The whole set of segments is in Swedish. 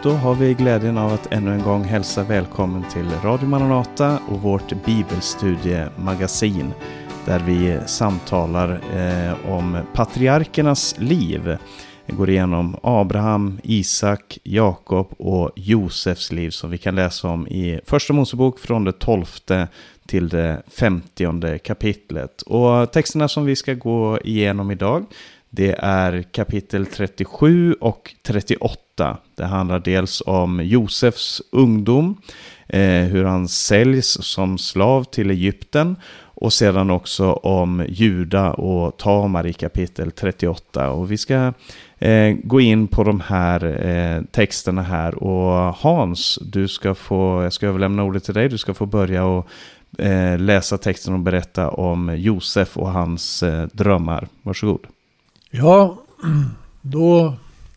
Då har vi glädjen av att ännu en gång hälsa välkommen till Radio Maranata och vårt bibelstudiemagasin där vi samtalar om patriarkernas liv. Vi går igenom Abraham, Isak, Jakob och Josefs liv som vi kan läsa om i Första Mosebok från det 12:e till det 50:e kapitlet. Och texterna som vi ska gå igenom idag, det är kapitel 37 och 38. Det handlar dels om Josefs ungdom, hur han säljs som slav till Egypten, och sedan också om Juda och Tamar i kapitel 38. Och vi ska gå in på de här texterna här. Och Hans, jag ska överlämna ordet till dig. Du ska få börja och läsa texten och berätta om Josef och hans drömmar. Varsågod. Ja, då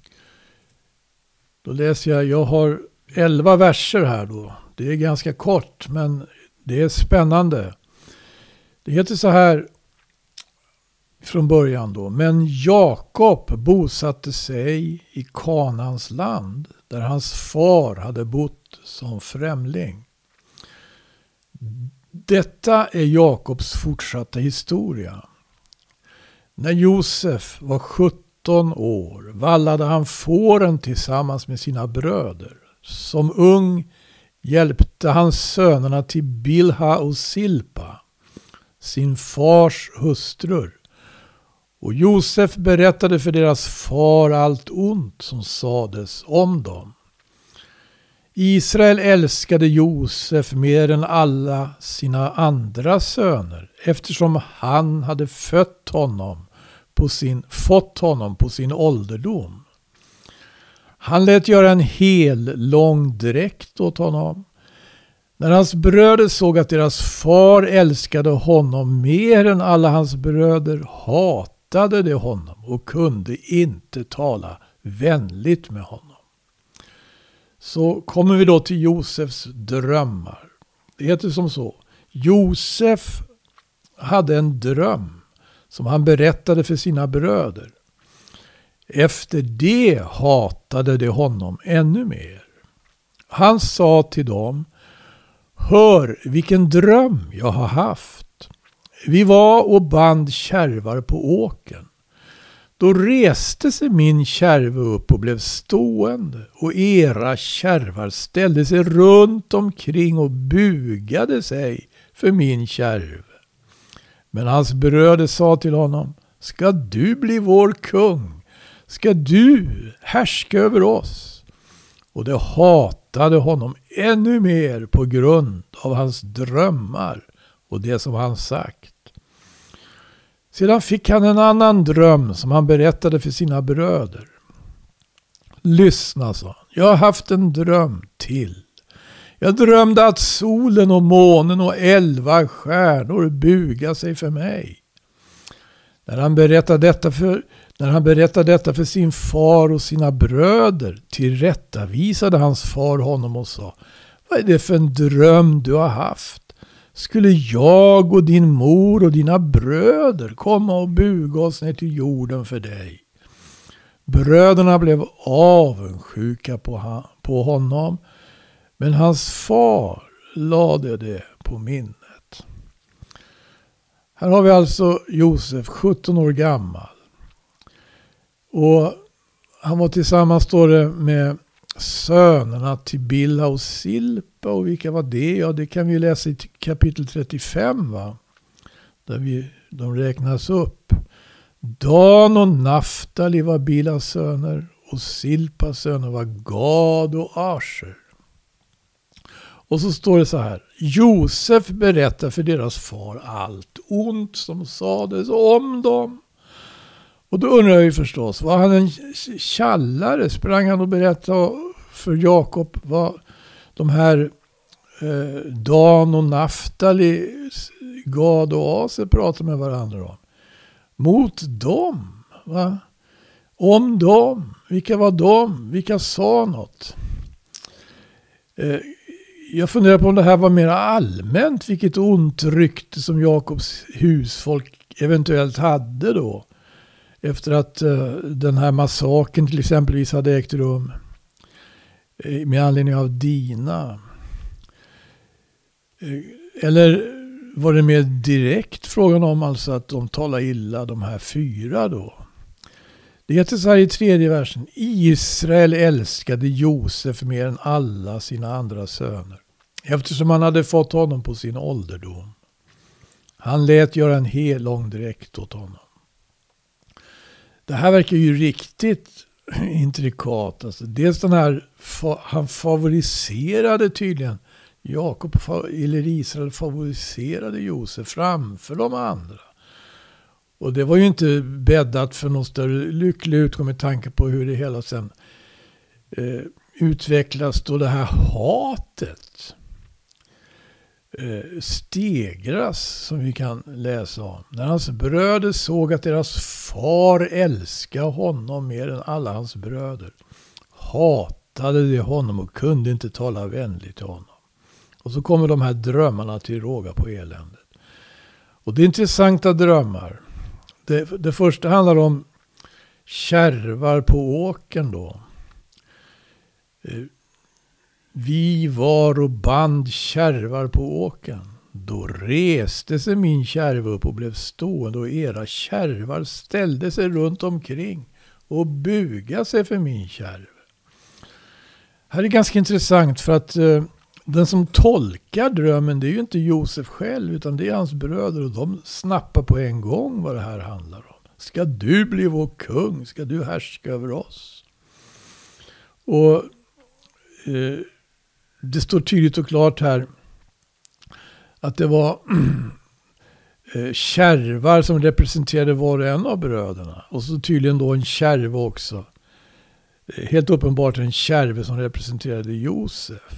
läser jag har 11 verser här då. Det är ganska kort, men det är spännande. Det heter så här från början då. Men Jakob bosatte sig i Kanans land, där hans far hade bott som främling. Detta är Jakobs fortsatta historia. När Josef var 17 år vallade han fåren tillsammans med sina bröder. Som ung hjälpte han sönerna till Bilha och Silpa, sin fars hustrur. Och Josef berättade för deras far allt ont som sades om dem. Israel älskade Josef mer än alla sina andra söner, eftersom han hade fått honom på sin ålderdom. Han lät göra en hel lång dräkt åt honom. När hans bröder såg att deras far älskade honom mer än alla hans bröder, hatade de honom och kunde inte tala vänligt med honom. Så kommer vi då till Josefs drömmar. Det heter som så. Josef hade en dröm som han berättade för sina bröder. Efter det hatade de honom ännu mer. Han sa till dem: hör vilken dröm jag har haft. Vi var och band kärvar på åkern. Då reste sig min kärve upp och blev stående, och era kärvar ställde sig runt omkring och bugade sig för min kärve. Men hans bröder sa till honom: ska du bli vår kung? Ska du härska över oss? Och de hatade honom ännu mer på grund av hans drömmar och det som han sagt. Sedan fick han en annan dröm som han berättade för sina bröder. Lyssna, sa han. Jag har haft en dröm till. Jag drömde att solen och månen och 11 stjärnor bugar sig för mig. När han berättade detta för sin far och sina bröder, tillrättavisade hans far honom och sa: vad är det för en dröm du har haft? Skulle jag och din mor och dina bröder komma och buga oss ner till jorden för dig? Bröderna blev avundsjuka på honom, men hans far lade det på minnet. Här har vi alltså Josef, 17 år gammal. Och han var tillsammans, står det, med sönerna till Bilha och Silpa. Och vilka var det? Ja, det kan vi läsa i kapitel 35, va? Där de räknas upp. Dan och Naftali var Bilhas söner, och Silpas söner var Gad och Asher. Och så står det så här: Josef berättar för deras far allt ont som sades om dem. Och då undrar jag ju förstås, var han en tjallare? Sprang han och berättade för Jakob vad de här Dan och Naftali, Gad och Aser pratade med varandra om? Mot dem, va? Om dem. Vilka var de? Vilka sa något? Jag funderar på om det här var mer allmänt, vilket ont rykte som Jakobs husfolk eventuellt hade då. Efter att den här massakern till exempelvis hade ägt rum. med anledning av Dina? Eller var det mer direkt frågan om alltså att de talar illa de här 4 då? Det heter så här i 3:e versen. Israel älskade Josef mer än alla sina andra söner, eftersom han hade fått honom på sin ålderdom. Han lät göra en hel lång dräkt åt honom. Det här verkar ju riktigt intrikat. Alltså, dels den här, han favoriserade tydligen, Jakob eller Israel favoriserade Josef framför de andra. Och det var ju inte bäddat för någon större lycklig utgång med tanke på hur det hela sen utvecklas då det här hatet stegras, som vi kan läsa om. När hans bröder såg att deras far älskade honom mer än alla hans bröder, hatade de honom och kunde inte tala vänligt till honom. Och så kommer de här drömmarna till råga på eländet. Och det är intressanta drömmar. Det första handlar om kärvar på åkern då. Vi var och band kärvar på åkern. Då reste sig min kärv upp och blev stående, och era kärvar ställde sig runt omkring och bugade sig för min kärv. Här är ganska intressant, för att den som tolkar drömmen, det är ju inte Josef själv, utan det är hans bröder, och de snappar på en gång vad det här handlar om. Ska du bli vår kung? Ska du härska över oss? Och det står tydligt och klart här att det var kärvar som representerade var och en av bröderna. Och så tydligen då en kärv också. Helt uppenbart en kärv som representerade Josef.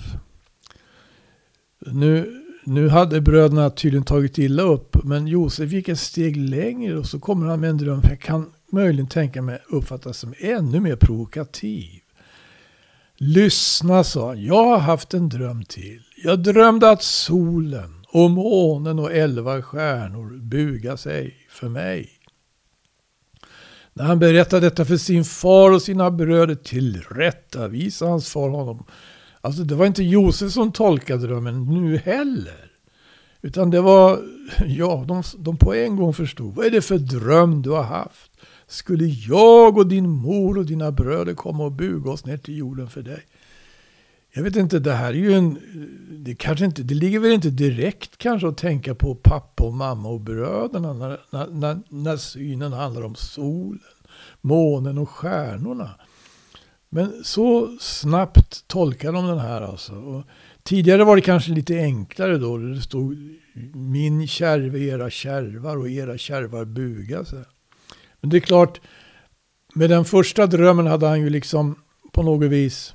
Nu hade bröderna tydligen tagit illa upp, men Josef gick ett steg längre och så kommer han med en dröm. Jag kan möjligen tänka mig uppfattas som ännu mer provokativ. Lyssna, sa han. Jag har haft en dröm till. Jag drömde att solen och månen och 11 stjärnor buga sig för mig. När han berättade detta för sin far och sina bröder, tillrättavisade hans far honom. Alltså det var inte Josef som tolkade drömmen nu heller. Utan det var, de på en gång förstod. Vad är det för dröm du har haft? Skulle jag och din mor och dina bröder komma och buga oss ner till jorden för dig? Jag vet inte, det här är ju det ligger väl inte direkt kanske att tänka på pappa och mamma och bröderna när synen handlar om solen, månen och stjärnorna. Men så snabbt tolkar de den här alltså. Och tidigare var det kanske lite enklare då. Det stod min kärve, era kärvar, och era kärvar buga sig. Men det är klart, med den första drömmen hade han ju liksom på något vis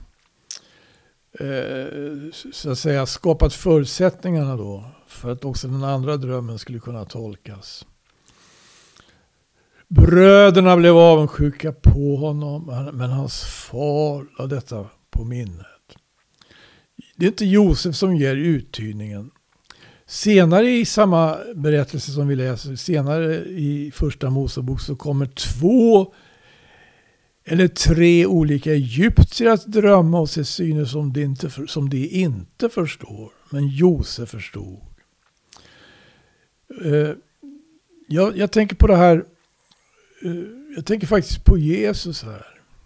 så att säga skapat förutsättningarna då för att också den andra drömmen skulle kunna tolkas. Bröderna blev avundsjuka på honom, men hans far la detta på minnet. Det är inte Josef som ger uttydningen. Senare i samma berättelse som vi läser, senare i första Mosebok, så kommer 2 eller 3 olika egyptier att drömma och se syner som de inte förstår. Men Josef förstod. Jag tänker på det här. Jag tänker faktiskt på Jesus här.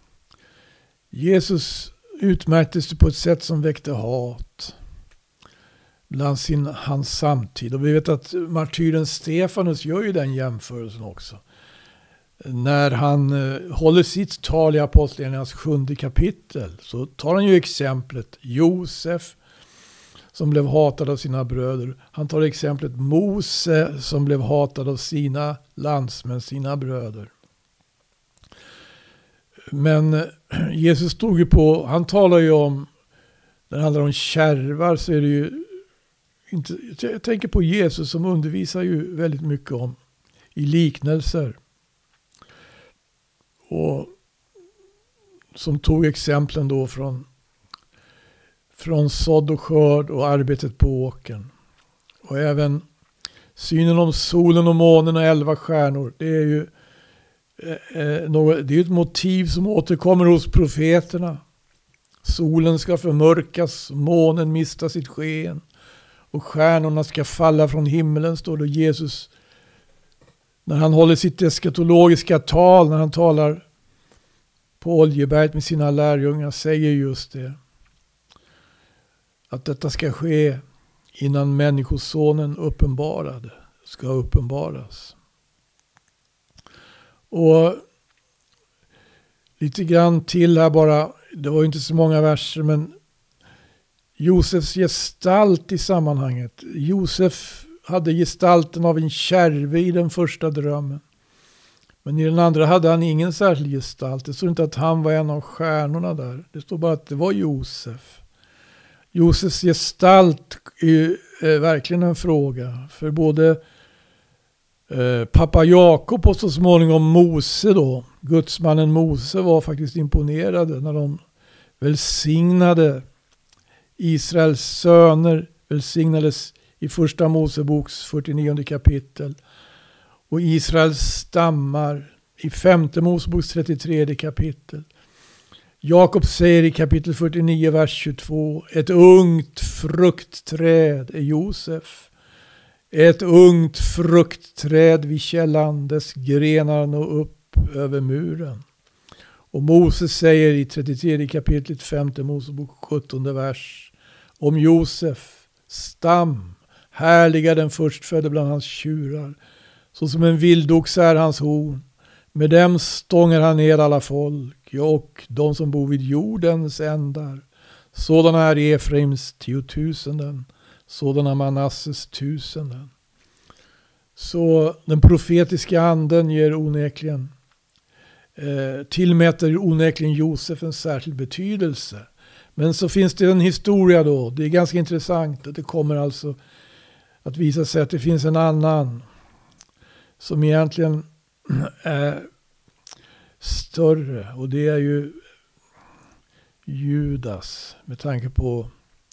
Jesus utmärktes på ett sätt som väckte hat bland hans samtid. Och vi vet att martyren Stefanus gör ju den jämförelsen också. När han håller sitt tal i Apostlagärningarnas 7:e kapitel, så tar han ju exemplet Josef som blev hatad av sina bröder. Han tar exemplet Mose som blev hatad av sina landsmän, sina bröder. Men Jesus stod ju på, han talar ju om, när det handlar om kärvar så är det ju inte, jag tänker på Jesus som undervisar ju väldigt mycket om i liknelser. Och som tog exemplen då från sådd och skörd och arbetet på åkern. Och även synen om solen och månen och 11 stjärnor. Det är ju det är ett motiv som återkommer hos profeterna. Solen ska förmörkas, månen mista sitt sken och stjärnorna ska falla från himlen, står det. Jesus, när han håller sitt eskatologiska tal, när han talar på Oljeberget med sina lärjungar, säger just det. Att detta ska ske innan människosonen ska uppenbaras. Och lite grann till här bara, det var ju inte så många verser, men Josefs gestalt i sammanhanget. Josef hade gestalten av en kärve i den första drömmen. Men i den andra hade han ingen särskild gestalt. Det står inte att han var en av stjärnorna där. Det står bara att det var Josef. Josefs gestalt är verkligen en fråga. För både pappa Jakob och så småningom Mose då. Gudsmannen Mose var faktiskt imponerade när de välsignade Israels söner. Välsignades i första Moseboks 49 kapitel. Och Israels stammar i femte Moseboks 33 kapitel. Jakob säger i kapitel 49, vers 22. Ett ungt fruktträd är Josef. Ett ungt fruktträd vid källan, dess grenar nå upp över muren. Och Moses säger i 33 kapitlet 5 Mosebok 17 vers. Om Josef, stam, härliga den förstfödde bland hans tjurar. Så som en vildox är hans horn. Med dem stångar han ner alla folk och de som bor vid jordens ändar. Sådana är Efraims 10 000, sådana Manasses 1000. Så den profetiska anden ger onekligen, tillmäter onekligen Josef en särskild betydelse. Men så finns det en historia då. Det är ganska intressant att det kommer alltså att visa sig att det finns en annan som egentligen är större, och det är ju Judas, med tanke på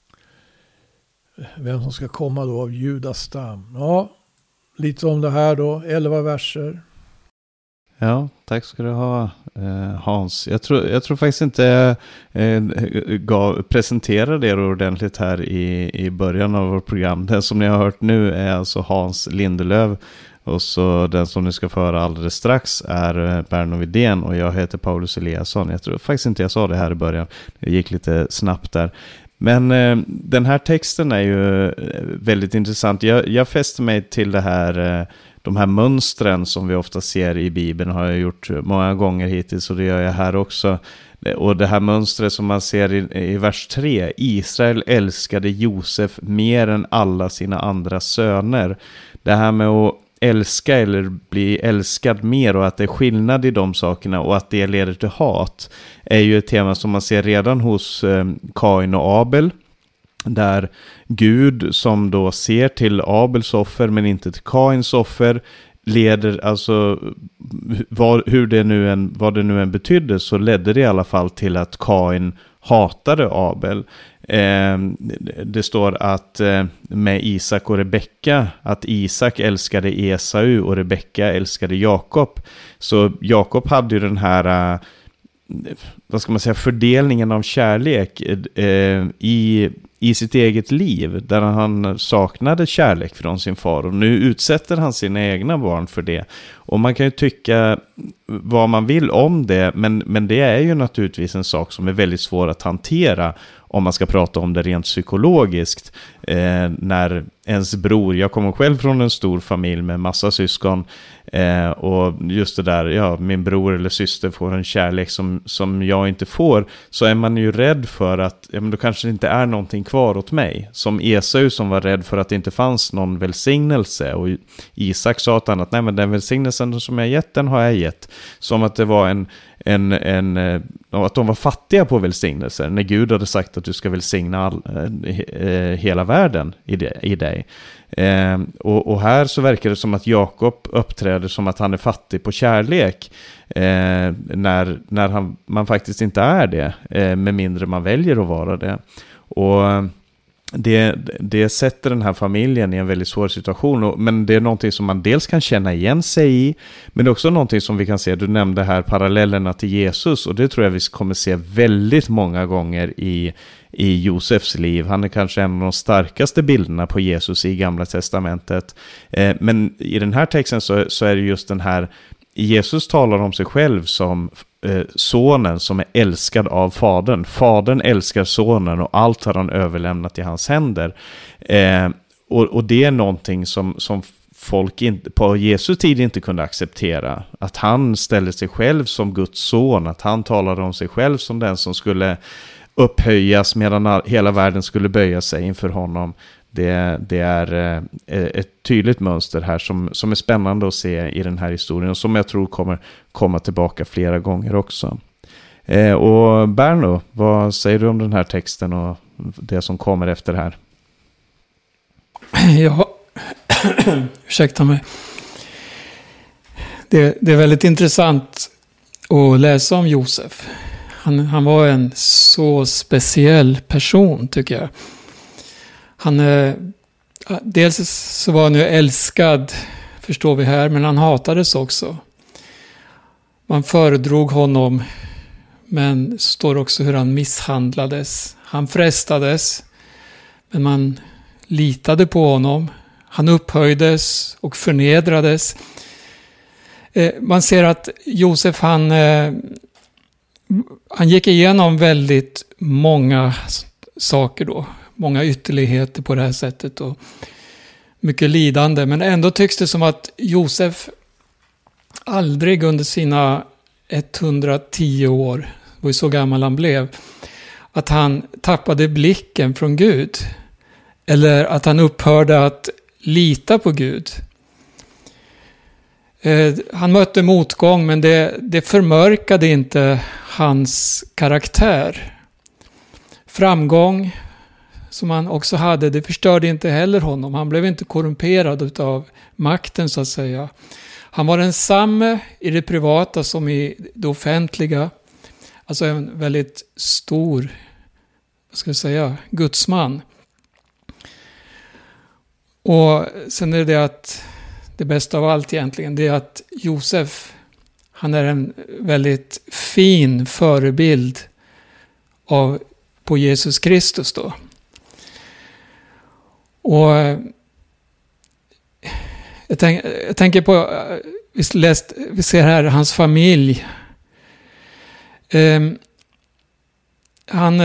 vem som ska komma då av Judas stam. Ja, lite om det här då, 11 verser. Ja, tack ska du ha, Hans. Jag tror faktiskt inte presenterade er ordentligt här i början av vårt program. Den som ni har hört nu är alltså Hans Lindelöv. Och så den som ni ska föra alldeles strax är Berno Widén, och jag heter Paulus Eliasson. Jag tror faktiskt inte jag sa det här i början. Det gick lite snabbt där. Men den här texten är ju väldigt intressant. Jag fäster mig till det här, de här mönstren som vi ofta ser i Bibeln, har jag gjort många gånger hittills, och det gör jag här också. Och det här mönstret som man ser i vers 3. Israel älskade Josef mer än alla sina andra söner. Det här med att älska eller bli älskad mer, och att det är skillnad i de sakerna och att det leder till hat, är ju ett tema som man ser redan hos Kain och Abel, där Gud, som då ser till Abels offer men inte till Kains offer, leder, alltså vad det nu än betydde, så ledde det i alla fall till att Kain hatade Abel. Det står att med Isak och Rebecka, att Isak älskade Esau och Rebecka älskade Jakob. Så Jakob hade ju den här, vad ska man säga, fördelningen av kärlek i sitt eget liv, där han saknade kärlek från sin far, och nu utsätter han sina egna barn för det. Och man kan ju tycka vad man vill om det, men det är ju naturligtvis en sak som är väldigt svår att hantera om man ska prata om det rent psykologiskt. När ens bror, jag kommer själv från en stor familj med massa syskon, och just det där, ja, min bror eller syster får en kärlek som jag inte får, så är man ju rädd för att, ja, men då kanske det inte är någonting kvar åt mig. Som Esau, som var rädd för att det inte fanns någon välsignelse, och Isak sa att nej, men den välsignelsen som jag gett, den har jag gett. Som att det var att de var fattiga på välsignelser, när Gud hade sagt att du ska välsigna hela världen i dig. Och här så verkar det som att Jakob uppträder som att han är fattig på kärlek, när man faktiskt inte är det, med mindre man väljer att vara det. Och det sätter den här familjen i en väldigt svår situation. Men det är någonting som man dels kan känna igen sig i, men det är också någonting som vi kan se, du nämnde här parallellerna till Jesus, och det tror jag vi kommer se väldigt många gånger i Josefs liv. Han är kanske en av de starkaste bilderna på Jesus i Gamla testamentet. Men i den här texten så är det just den här, Jesus talar om sig själv som sonen som är älskad av fadern. Fadern älskar sonen och allt har han överlämnat i hans händer. Och det är någonting som folk inte, på Jesu tid inte kunde acceptera. Att han ställde sig själv som Guds son, att han talade om sig själv som den som skulle upphöjas medan hela världen skulle böja sig inför honom. Det är ett tydligt mönster här som är spännande att se i den här historien och som jag tror kommer komma tillbaka flera gånger också. Och Berno, vad säger du om den här texten och det som kommer efter här? Ja, ursäkta mig. Det är väldigt intressant att läsa om Josef. Han var en så speciell person, tycker jag. Dels så var han ju älskad, förstår vi här, men han hatades också. Man föredrog honom, men står också hur han misshandlades. Han frestades, men man litade på honom. Han upphöjdes och förnedrades. Man ser att Josef, han gick igenom väldigt många saker då. Många ytterligheter på det här sättet och mycket lidande. Men ändå tycks det som att Josef aldrig under sina 110 år, och så gammal han blev, att han tappade blicken från Gud. Eller att han upphörde att lita på Gud. Han mötte motgång, men det förmörkade inte hans karaktär. Framgång som han också hade, det förstörde inte heller honom. Han blev inte korrumperad av makten, så att säga. Han var densamme i det privata som i det offentliga. Alltså en väldigt stor, vad ska jag säga, gudsman. Och sen är det att det bästa av allt egentligen, det är att Josef, han är en väldigt fin förebild på Jesus Kristus då. Och jag tänker på, vi ser här hans familj. Han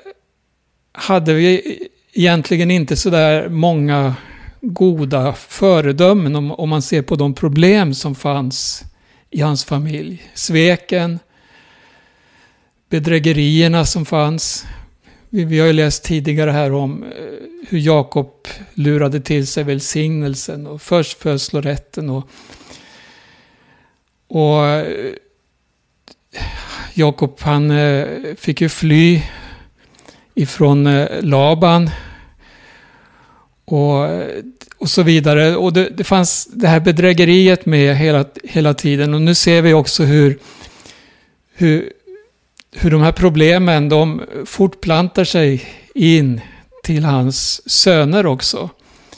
hade egentligen inte så där många goda föredömen om man ser på de problem som fanns i hans familj. Sveken, bedrägerierna som fanns. Vi har ju läst tidigare här om hur Jakob lurade till sig välsignelsen och förstfödslorätten och Jakob, han fick ju fly ifrån Laban och så vidare. Och det fanns det här bedrägeriet med hela tiden. Och nu ser vi också hur de här problemen, de fortplantar sig in till hans söner också.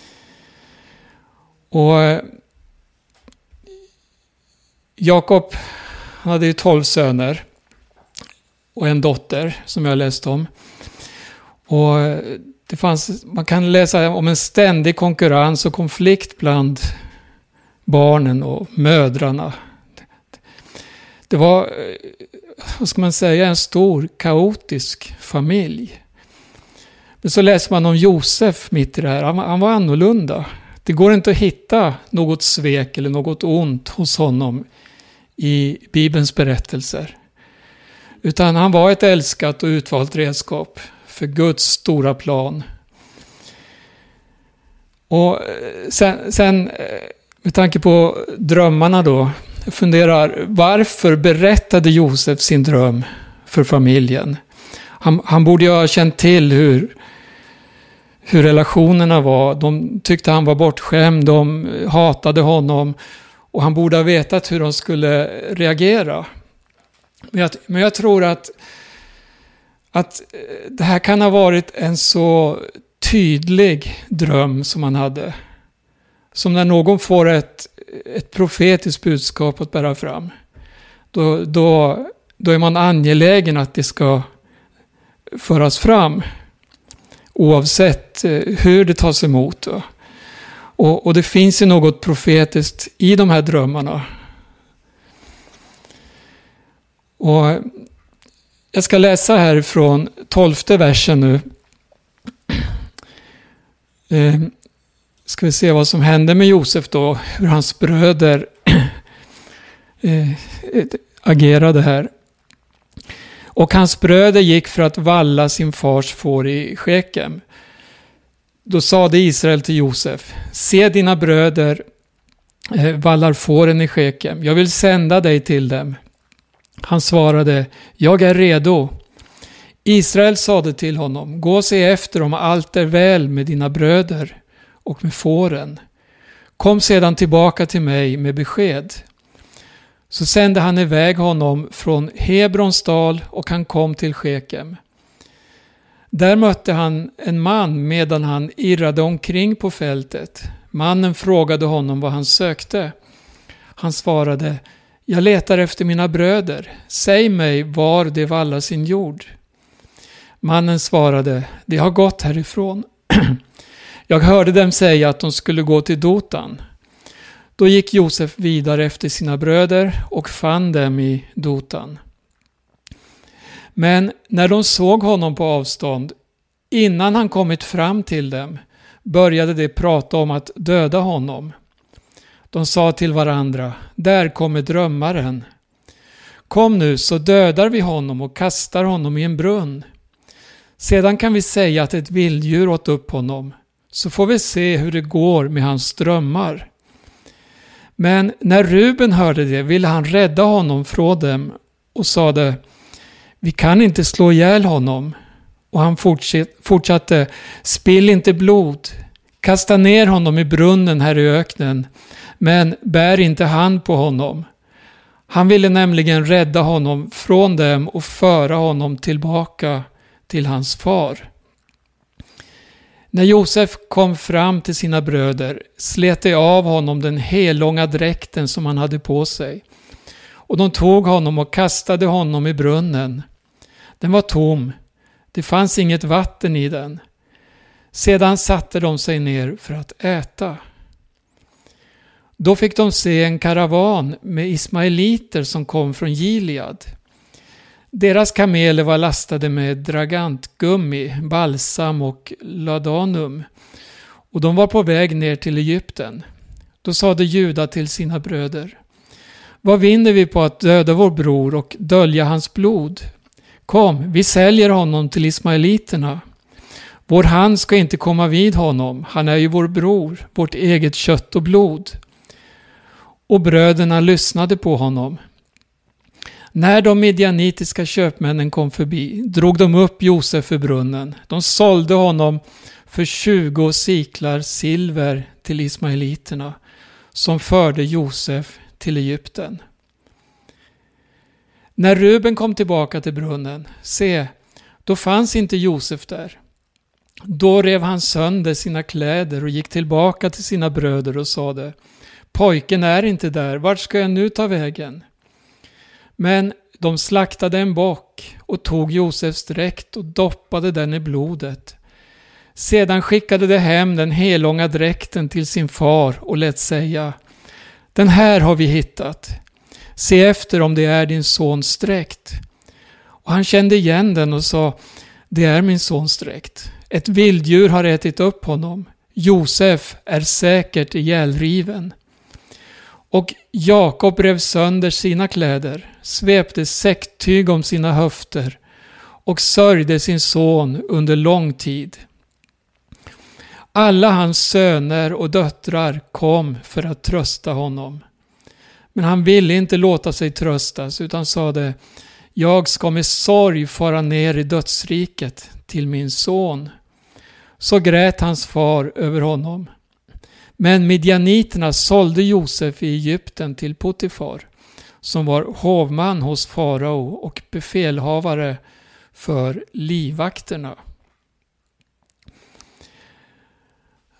Och Jakob, han hade ju 12 söner och en dotter som jag läst om. Och man kan läsa om en ständig konkurrens och konflikt bland barnen och mödrarna. Det var, vad ska man säga, en stor kaotisk familj. Men så läser man om Josef mitt i det här. Han var annorlunda. Det går inte att hitta något svek eller något ont hos honom i Bibelns berättelser. Utan han var ett älskat och utvalt redskap för Guds stora plan. Och sen med tanke på drömmarna då, jag funderar, varför berättade Josef sin dröm för familjen? Han borde ju ha känt till hur relationerna var. De tyckte han var bortskämd, de hatade honom och han borde ha vetat hur de skulle reagera. Men jag tror att det här kan ha varit en så tydlig dröm som han hade. Som när någon får ett profetiskt budskap att bära fram. Då är man angelägen att det ska föras fram. Oavsett hur det tas emot. Och det finns ju något profetiskt i de här drömmarna. Och jag ska läsa här från 12:e versen nu. Ska vi se vad som hände med Josef då. Hur hans bröder agerade här. Och hans bröder gick för att valla sin fars får i Shekem. Då sade Israel till Josef: se, dina bröder vallar fåren i Shekem. Jag vill sända dig till dem. Han svarade: jag är redo. Israel sade till honom: gå och se efter om allt är väl med dina bröder och med fåren. Kom sedan tillbaka till mig med besked. Så sände han iväg honom från Hebrons dal och han kom till Shekem. Där mötte han en man medan han irrade omkring på fältet. Mannen frågade honom vad han sökte. Han svarade: jag letar efter mina bröder. Säg mig var de vallar sin jord. Mannen svarade: de har gått härifrån. Jag hörde dem säga att de skulle gå till Dotan. Då gick Josef vidare efter sina bröder och fann dem i Dotan. Men när de såg honom på avstånd, innan han kommit fram till dem, började de prata om att döda honom. De sa till varandra: där kommer drömmaren. Kom nu, så dödar vi honom och kastar honom i en brunn. Sedan kan vi säga att ett vilddjur åt upp honom, så får vi se hur det går med hans drömmar. Men när Ruben hörde det ville han rädda honom från dem och sade: vi kan inte slå ihjäl honom. Och han fortsatte: spill inte blod. Kasta ner honom i brunnen här i öknen, men bär inte hand på honom. Han ville nämligen rädda honom från dem och föra honom tillbaka till hans far. När Josef kom fram till sina bröder slet de av honom den helånga dräkten som han hade på sig. Och de tog honom och kastade honom i brunnen. Den var tom. Det fanns inget vatten i den. Sedan satte de sig ner för att äta. Då fick de se en karavan med ismaeliter som kom från Gilead. Deras kameler var lastade med dragantgummi, balsam och ladanum. Och de var på väg ner till Egypten. Då sade Juda till sina bröder: vad vinner vi på att döda vår bror och dölja hans blod? Kom, vi säljer honom till ismaeliterna. Vår hand ska inte komma vid honom. Han är ju vår bror, vårt eget kött och blod. Och bröderna lyssnade på honom. När de midjanitiska köpmännen kom förbi drog de upp Josef ur brunnen. De sålde honom för 20 siklar silver till ismaeliterna, som förde Josef till Egypten. När Ruben kom tillbaka till brunnen, se, då fanns inte Josef där. Då rev han sönder sina kläder och gick tillbaka till sina bröder och sade: pojken är inte där, vart ska jag nu ta vägen? Men de slaktade en bock och tog Josefs dräkt och doppade den i blodet. Sedan skickade de hem den helånga dräkten till sin far och lät säga: den här har vi hittat. Se efter om det är din sons dräkt. Och han kände igen den och sa: det är min sons dräkt. Ett vilddjur har ätit upp honom. Josef är säkert ihjälriven. Och Jakob rev sönder sina kläder, svepte säcktyg om sina höfter och sörjde sin son under lång tid. Alla hans söner och döttrar kom för att trösta honom. Men han ville inte låta sig tröstas utan sade: jag ska med sorg fara ner i dödsriket till min son. Så grät hans far över honom. Men midjaniterna sålde Josef i Egypten till Potifar, som var hovman hos farao och befälhavare för livvakterna.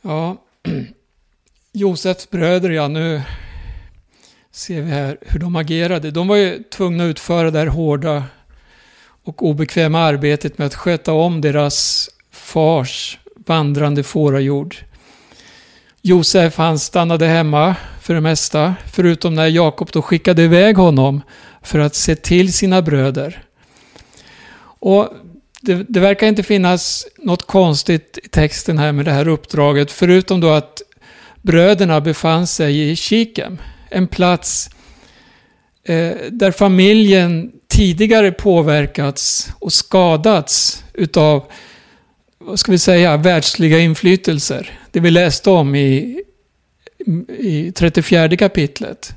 Ja, Josefs bröder, ja, nu ser vi här hur de agerade. De var ju tvungna att utföra det här hårda och obekväma arbetet med att sköta om deras fars vandrande fårajord. Josef, han stannade hemma för det mesta, förutom när Jakob då skickade iväg honom för att se till sina bröder. Och det verkar inte finnas något konstigt i texten här med det här uppdraget, förutom då att bröderna befann sig i Shikem, en plats där familjen tidigare påverkats och skadats utav, vad ska vi säga, världsliga inflytelser. Det vi läste om i 34 kapitlet.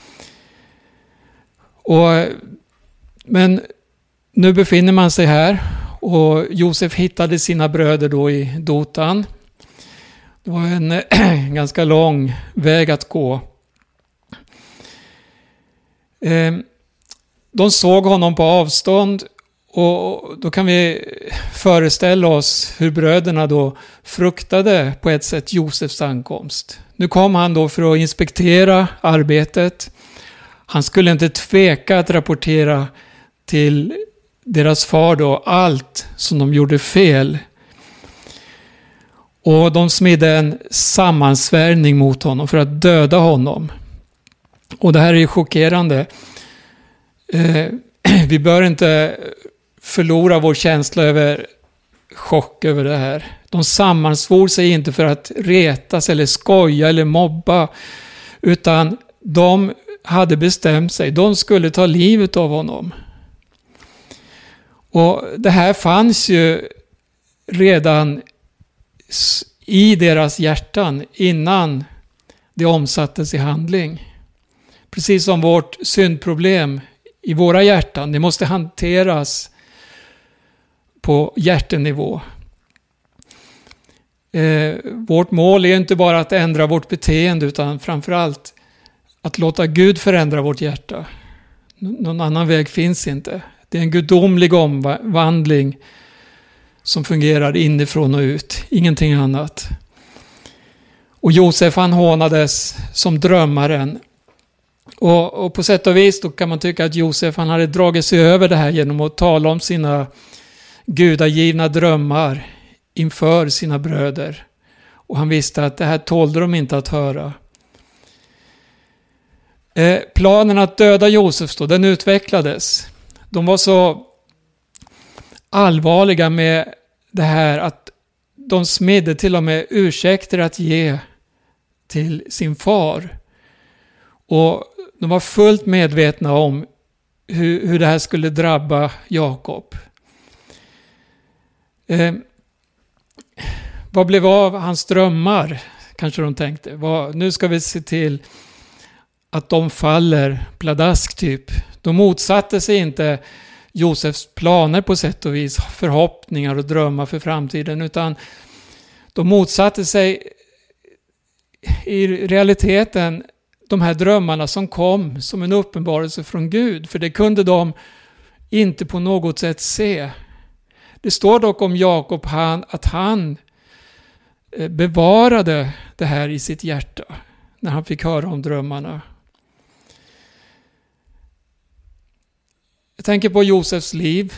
Men nu befinner man sig här, och Josef hittade sina bröder då i Dotan. Det var en ganska lång väg att gå. De såg honom på avstånd, och då kan vi föreställa oss hur bröderna då fruktade på ett sätt Josefs ankomst. Nu kom han då för att inspektera arbetet. Han skulle inte tveka att rapportera till deras far då allt som de gjorde fel. Och de smidde en sammansvärjning mot honom för att döda honom. Och det här är ju chockerande. Vi bör inte förlora vår känsla över chock över det här. De sammansvor sig inte för att retas eller skoja eller mobba, utan de hade bestämt sig. De skulle ta livet av honom. Och det här fanns ju redan i deras hjärtan innan det omsattes i handling. Precis som vårt syndproblem i våra hjärtan. Det måste hanteras på hjärtenivå. Vårt mål är inte bara att ändra vårt beteende, utan framförallt att låta Gud förändra vårt hjärta. Någon annan väg finns inte. Det är en gudomlig omvandling som fungerar inifrån och ut. Ingenting annat. Och Josef, han hånades som drömmaren. Och på sätt och vis då kan man tycka att Josef, han hade dragit sig över det här genom att tala om sina gudagivna drömmar inför sina bröder. Och han visste att det här tålde de inte att höra. Planen att döda Josef då, den utvecklades. De var så allvarliga med det här att de smidde till och med ursäkter att ge till sin far. Och de var fullt medvetna om hur det här skulle drabba Jakob. Vad blev av hans drömmar? Kanske de tänkte. Nu ska vi se till att de faller pladask typ. De motsatte sig inte Josefs planer på sätt och vis, förhoppningar och drömmar för framtiden, utan de motsatte sig i realiteten de här drömmarna som kom som en uppenbarelse från Gud, för det kunde de inte på något sätt se. Det står dock om Jakob att han bevarade det här i sitt hjärta när han fick höra om drömmarna. Jag tänker på Josefs liv.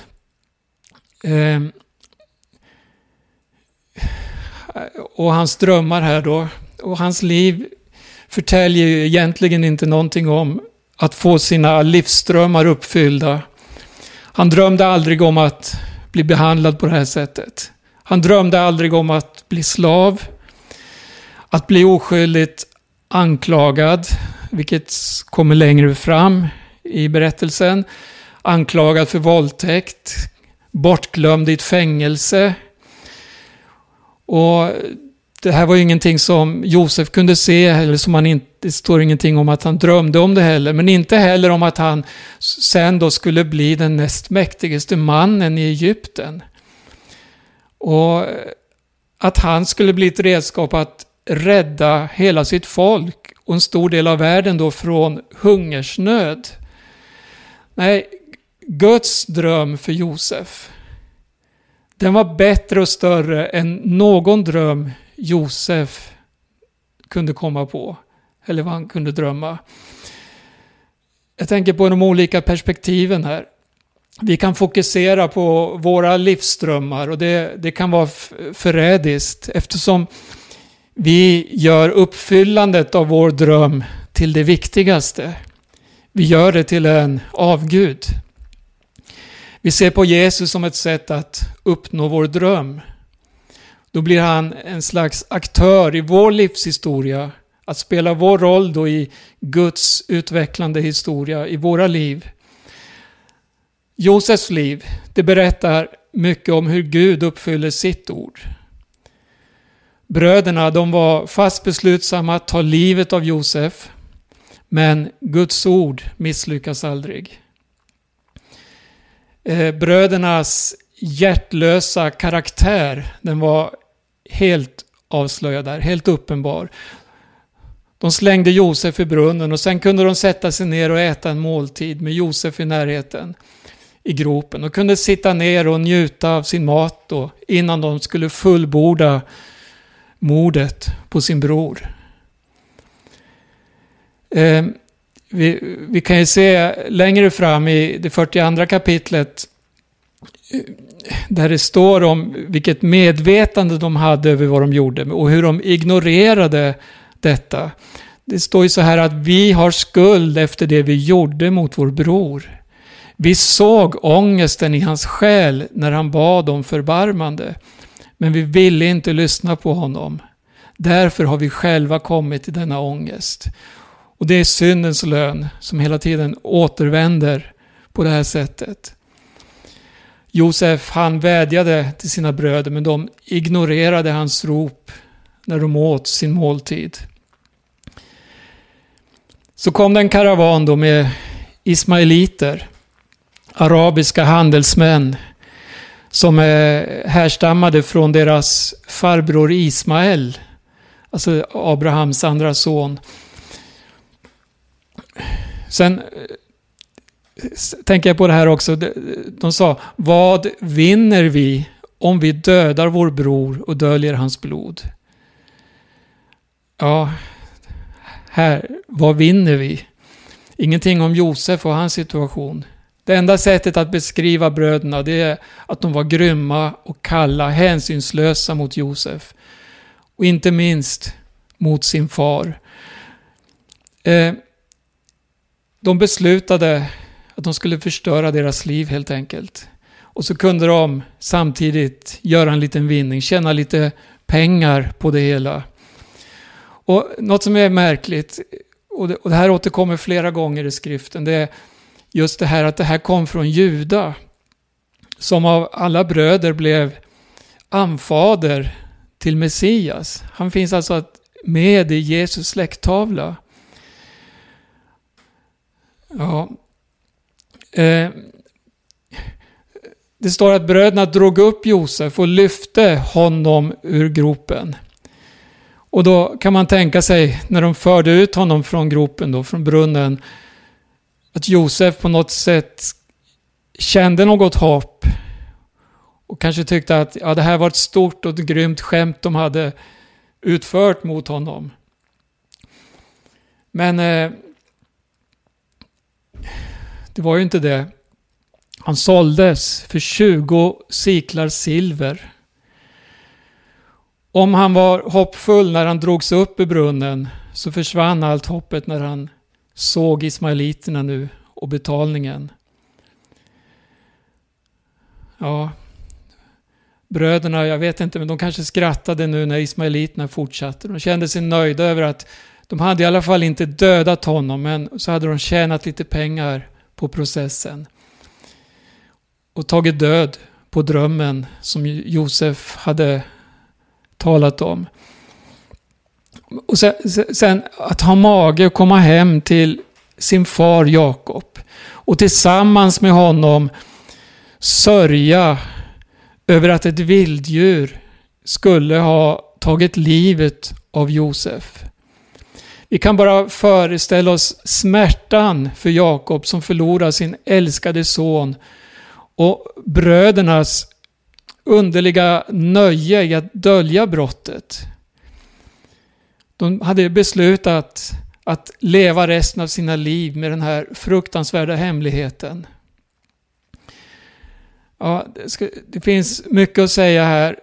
Och hans drömmar här då. Och hans liv förtäljer ju egentligen inte någonting om att få sina livsdrömmar uppfyllda. Han drömde aldrig om att bli behandlad på det här sättet. Han drömde aldrig om att bli slav. Att bli oskyldigt anklagad, vilket kommer längre fram i berättelsen. Anklagad för våldtäkt, bortglömd i ett fängelse. Och det här var ju ingenting som Josef kunde se, eller som det står ingenting om att han drömde om det heller. Men inte heller om att han sen då skulle bli den näst mäktigaste mannen i Egypten. Och att han skulle bli ett redskap att rädda hela sitt folk och en stor del av världen då från hungersnöd. Nej, Guds dröm för Josef, den var bättre och större än någon dröm Josef kunde komma på. Eller vad han kunde drömma. Jag tänker på de olika perspektiven här. Vi kan fokusera på våra livsdrömmar och det kan vara förrädiskt eftersom vi gör uppfyllandet av vår dröm till det viktigaste. Vi gör det till en avgud. Vi ser på Jesus som ett sätt att uppnå vår dröm. Då blir han en slags aktör i vår livshistoria. Att spela vår roll då i Guds utvecklande historia i våra liv. Josefs liv, det berättar mycket om hur Gud uppfyller sitt ord. Bröderna, de var fast beslutsamma att ta livet av Josef. Men Guds ord misslyckas aldrig. Brödernas hjärtlösa karaktär, den var helt avslöjad där, helt uppenbar. De slängde Josef i brunnen och sen kunde de sätta sig ner och äta en måltid med Josef i närheten i gropen. Och kunde sitta ner och njuta av sin mat då, innan de skulle fullborda mordet på sin bror. Vi kan ju se längre fram i det 42 kapitlet där det står om vilket medvetande de hade över vad de gjorde och hur de ignorerade detta. Det står ju så här att vi har skuld efter det vi gjorde mot vår bror. Vi såg ångesten i hans själ när han bad om förbarmande. Men vi ville inte lyssna på honom. Därför har vi själva kommit till denna ångest. Och det är syndens lön som hela tiden återvänder på det här sättet. Josef, han vädjade till sina bröder men de ignorerade hans rop när de åt sin måltid. Så kom det en karavan då med ismaeliter, arabiska handelsmän som härstammade från deras farbror Ismael, alltså Abrahams andra son. Sen tänker jag på det här också. De sa, vad vinner vi om vi dödar vår bror och döljer hans blod? Ja, här, vad vinner vi? Ingenting om Josef och hans situation. Det enda sättet att beskriva bröderna, det är att de var grymma och kalla, hänsynslösa mot Josef. Och inte minst mot sin far. De beslutade att de skulle förstöra deras liv helt enkelt. Och så kunde de samtidigt göra en liten vinning, tjäna lite pengar på det hela. Och något som är märkligt, och det här återkommer flera gånger i skriften, det är just det här att det här kom från Juda, som av alla bröder blev anfader till Messias. Han finns alltså med i Jesus släkttavla. Ja. Det står att bröderna drog upp Josef och lyfte honom ur gropen. Och då kan man tänka sig, när de förde ut honom från gropen då, från brunnen, att Josef på något sätt kände något hopp och kanske tyckte att det här var ett stort och grymt skämt de hade utfört mot honom. Men det var ju inte det. Han såldes för 20 siklar silver. Om han var hoppfull när han drogs upp i brunnen, så försvann allt hoppet när han såg ismaeliterna nu och betalningen. Ja, bröderna, jag vet inte, men de kanske skrattade nu när ismaeliterna fortsatte. De kände sig nöjda över att de hade i alla fall inte dödat honom, men så hade de tjänat lite pengar på processen. Och tagit död på drömmen som Josef hade talat om. Och sen att ha mage och komma hem till sin far Jakob. Och tillsammans med honom sörja över att ett vilddjur skulle ha tagit livet av Josef. Vi kan bara föreställa oss smärtan för Jakob som förlorar sin älskade son och brödernas underliga nöje i att dölja brottet. De hade beslutat att leva resten av sina liv med den här fruktansvärda hemligheten. Ja, det finns mycket att säga här.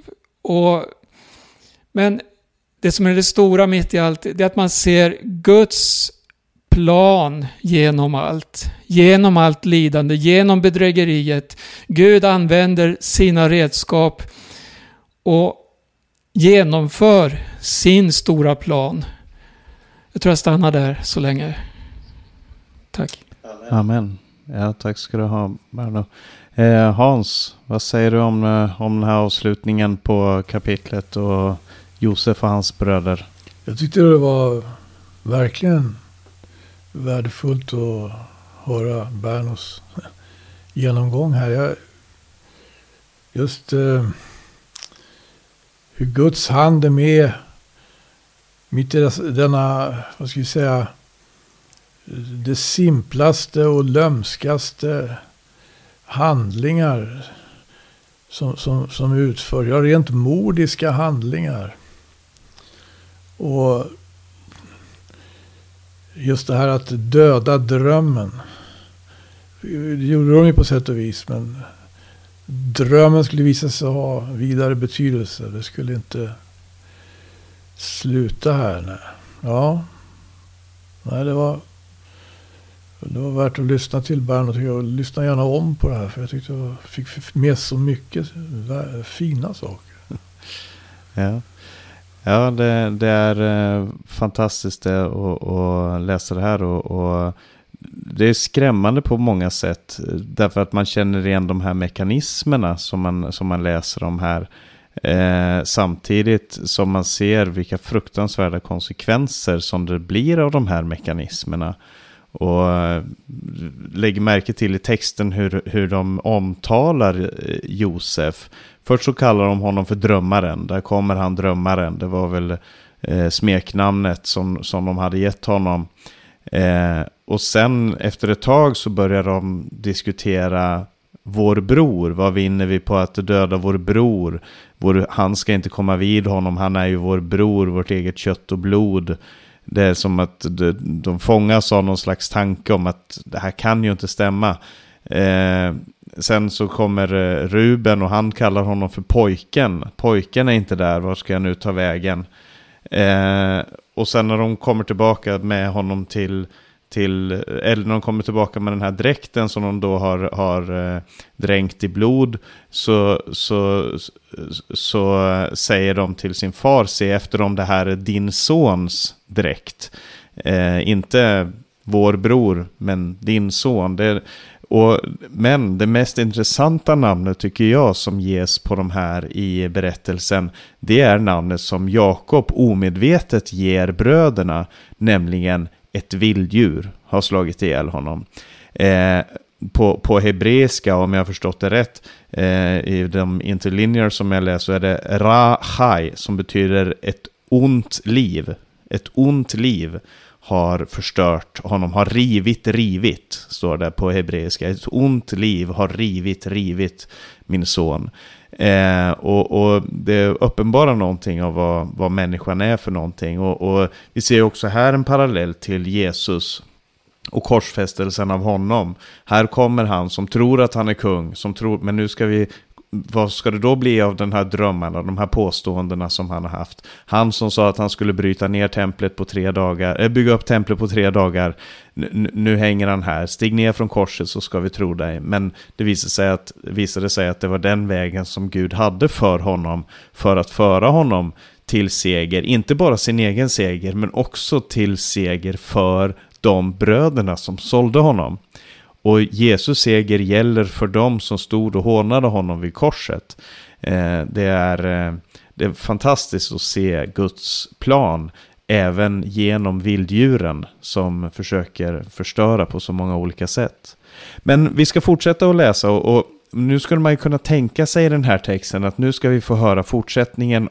Men det som är det stora mitt i allt, det är att man ser Guds plan genom allt lidande, genom bedrägeriet. Gud använder sina redskap och genomför sin stora plan. Jag tror jag stannar där så länge. Tack. Amen. Ja, tack ska du ha, Berno. Hans, vad säger du om den här avslutningen på kapitlet och Josef och hans bröder? Jag tyckte det var verkligen värdefullt att höra Bernos genomgång här. Hur Guds hand är med mitt i denna, vad ska vi säga, det simplaste och lömskaste handlingar som utför. Ja, rent mordiska handlingar. Och just det här att döda drömmen. Det gjorde de ju på sätt och vis, men drömmen skulle visa sig ha vidare betydelse. Det skulle inte sluta här. Nej, det var värt att lyssna till Berno. Jag lyssnar gärna om på det här, för jag tyckte jag fick med så mycket fina saker. Ja, det är fantastiskt att läsa det här och det är skrämmande på många sätt, därför att man känner igen de här mekanismerna som man läser om här, samtidigt som man ser vilka fruktansvärda konsekvenser som det blir av de här mekanismerna. Och lägg märke till i texten hur de omtalar Josef. Först så kallar de honom för drömmaren. Där kommer han, drömmaren. Det var väl smeknamnet som de hade gett honom. Och sen efter ett tag så börjar de diskutera vår bror. Vad vinner vi på att döda vår bror? Han ska inte komma vid honom. Han är ju vår bror, vårt eget kött och blod. Det är som att de fångas av någon slags tanke om att det här kan ju inte stämma. Sen så kommer Ruben och han kallar honom för pojken. Pojken är inte där, var ska jag nu ta vägen? Och sen när de kommer tillbaka med honom eller när de kommer tillbaka med den här dräkten som de då har dränkt i blod, så säger de till sin far: se efter om det här är din sons dräkt. Inte vår bror, men din son. Men det mest intressanta namnet tycker jag som ges på de här i berättelsen, det är namnet som Jakob omedvetet ger bröderna, nämligen ett vilddjur har slagit ihjäl honom. På hebreiska, om jag har förstått det rätt, i de interlinear som jag läser, så är det Ra-Chai, som betyder ett ont liv. Ett ont liv har förstört honom, har rivit, står det på hebreiska. Ett ont liv har rivit min son. Och det uppenbarar någonting av vad människan är för någonting. Och vi ser också här en parallell till Jesus och korsfästelsen av honom. Här kommer han som tror att han är kung, men nu ska vad ska det då bli av den här drömmen och de här påståendena som han har haft? Han som sa att han skulle bryta ner templet på 3 dagar, bygga upp templet på 3 dagar. Nu hänger han här. Stig ner från korset så ska vi tro dig. Men det visade sig att det var den vägen som Gud hade för honom, för att föra honom till seger. Inte bara sin egen seger, men också till seger för de bröderna som sålde honom. Och Jesus seger gäller för dem som stod och hånade honom vid korset. Det är fantastiskt att se Guds plan även genom vilddjuren som försöker förstöra på så många olika sätt. Men vi ska fortsätta att läsa och nu skulle man ju kunna tänka sig i den här texten att nu ska vi få höra fortsättningen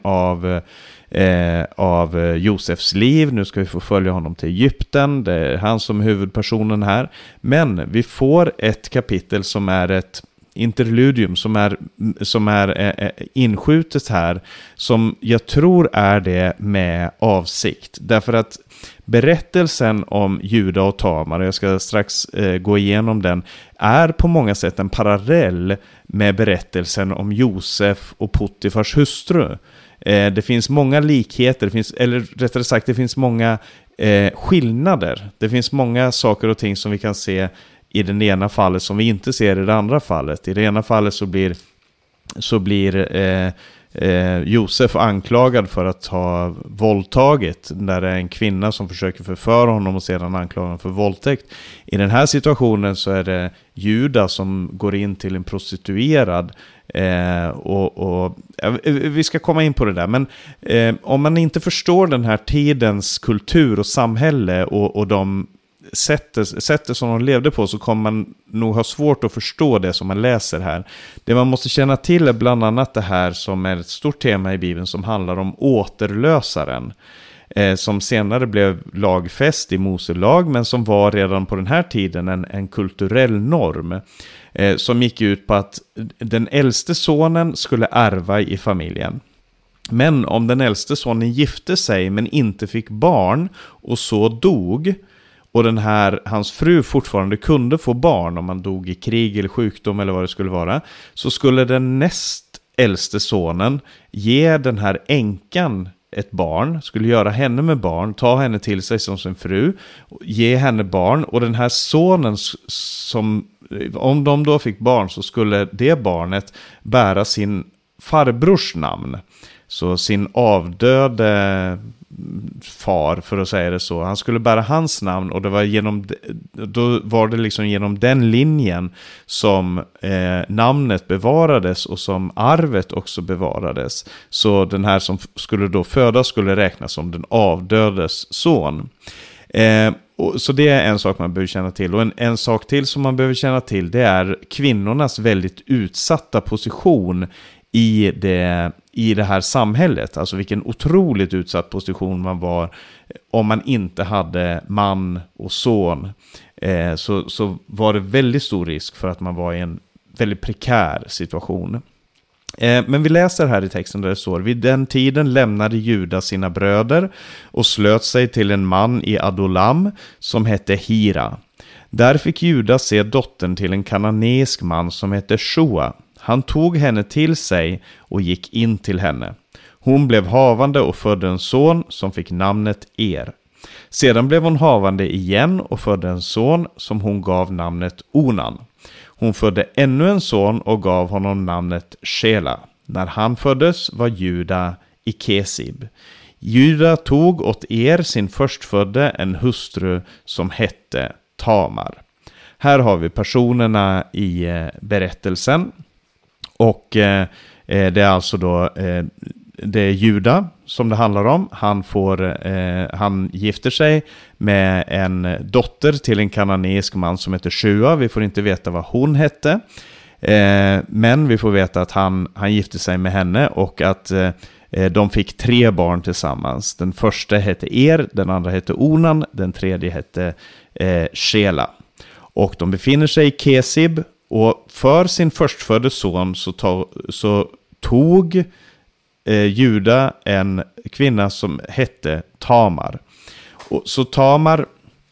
av Josefs liv. Nu ska vi få följa honom till Egypten. Det är han som är huvudpersonen här. Men vi får ett kapitel som är ett interludium som är inskjutet här, som jag tror är det med avsikt. Därför att berättelsen om Juda och Tamar, och jag ska strax gå igenom den, är på många sätt en parallell med berättelsen om Josef och Potifars hustru. Det finns många likheter, det finns många skillnader. Det finns många saker och ting som vi kan se i det ena fallet som vi inte ser i det andra fallet. I det ena fallet så blir Josef anklagad för att ha våldtagit, där det är en kvinna som försöker förföra honom och sedan anklagar honom för våldtäkt. I den här situationen så är det Juda som går in till en prostituerad, och vi ska komma in på det där, men om man inte förstår den här tidens kultur och samhälle och de sättet som de levde på, så kommer man nog ha svårt att förstå det som man läser här. Det man måste känna till är bland annat det här som är ett stort tema i Bibeln, som handlar om återlösaren, som senare blev lagfäst i Mose lag, men som var redan på den här tiden en kulturell norm, som gick ut på att den äldste sonen skulle ärva i familjen. Men om den äldste sonen gifte sig men inte fick barn och så dog, och hans fru fortfarande kunde få barn om man dog i krig eller sjukdom eller vad det skulle vara, så skulle den näst äldste sonen ge den här änkan ett barn, skulle göra henne med barn, ta henne till sig som sin fru, ge henne barn, och den här sonen, som om de då fick barn, så skulle det barnet bära sin farbrors namn, så sin avdöde far, för att säga det så. Han skulle bära hans namn, och då var det liksom genom den linjen som namnet bevarades och som arvet också bevarades. Så den här som skulle då födas skulle räknas som den avdödes son. Så det är en sak man behöver känna till. Och en sak till som man behöver känna till, det är kvinnornas väldigt utsatta position i det här samhället. Alltså vilken otroligt utsatt position man var om man inte hade man och son. Så var det väldigt stor risk för att man var i en väldigt prekär situation. Men vi läser här i texten där det står: vid den tiden lämnade Juda sina bröder och slöt sig till en man i Adulam som hette Hira. Där fick Juda se dottern till en kananeisk man som hette Shua. Han tog henne till sig och gick in till henne. Hon blev havande och födde en son som fick namnet Er. Sedan blev hon havande igen och födde en son som hon gav namnet Onan. Hon födde ännu en son och gav honom namnet Shela. När han föddes var Juda i Kesib. Juda tog åt Er sin förstfödde en hustru som hette Tamar. Här har vi personerna i berättelsen. Och det är alltså då det är Juda som det handlar om. Han gifter sig med en dotter till en kananeisk man som heter Shua. Vi får inte veta vad hon hette. Men vi får veta att han gifte sig med henne och att de fick 3 barn tillsammans. Den första hette Er, den andra hette Onan, den tredje hette Shela. Och de befinner sig i Kesib. Och för sin förstfödde son så tog Juda en kvinna som hette Tamar. Och så Tamar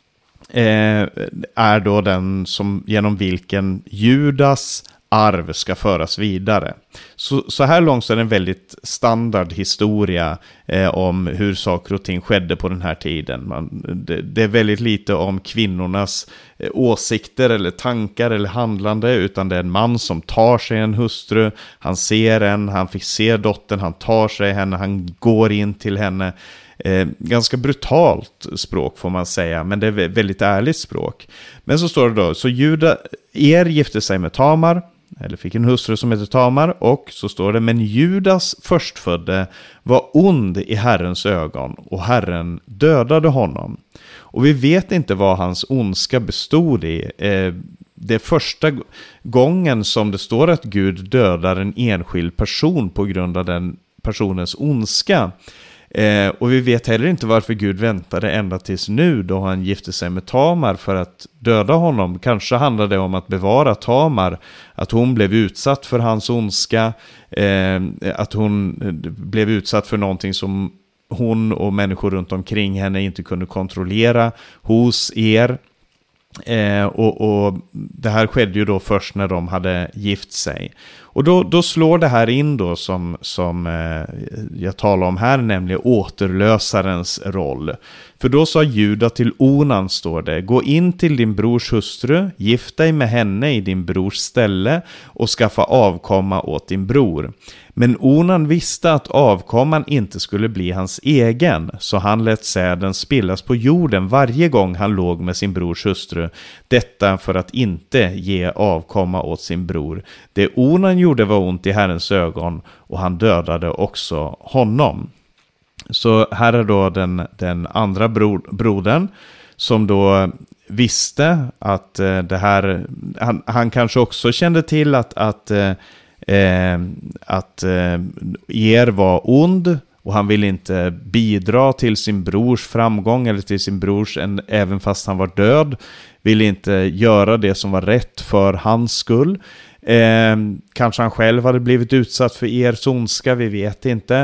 är då den som genom vilken Judas arv ska föras vidare. Så här långt så är det en väldigt standard historia om hur saker och ting skedde på den här tiden. Det är väldigt lite om kvinnornas åsikter eller tankar eller handlande, utan det är en man som tar sig en hustru, han ser han fick se dottern, han tar sig henne, han går in till henne. Ganska brutalt språk får man säga, men det är väldigt ärligt språk. Men så står det då, så Juda gifte sig med Tamar, eller fick en hustru som heter Tamar, och så står det: men Judas förstfödde var ond i Herrens ögon och Herren dödade honom. Och vi vet inte vad hans ondska bestod i. Det är första gången som det står att Gud dödar en enskild person på grund av den personens ondska. Och vi vet heller inte varför Gud väntade ända tills nu då han gifte sig med Tamar för att döda honom. Kanske handlade det om att bevara Tamar, att hon blev utsatt för hans ondska, att hon blev utsatt för någonting som hon och människor runt omkring henne inte kunde kontrollera hos er. Och det här skedde ju då först när de hade gift sig. Och då slår det här in då som jag talar om här, nämligen återlösarens roll. För då sa Juda till Onan, står det: gå in till din brors hustru, gift dig med henne i din brors ställe och skaffa avkomma åt din bror. Men Onan visste att avkomman inte skulle bli hans egen, så han lät säden spillas på jorden varje gång han låg med sin brors hustru. Detta för att inte ge avkomma åt sin bror. Det Onan gjorde var ont i Herrens ögon, och han dödade också honom. Så här är då den andra brodern som då visste att det här, han kanske också kände till att Er var ond, och han ville inte bidra till sin brors framgång eller till sin brors, även fast han var död, ville inte göra det som var rätt för hans skull. Kanske han själv hade blivit utsatt för Ers ondska, vi vet inte.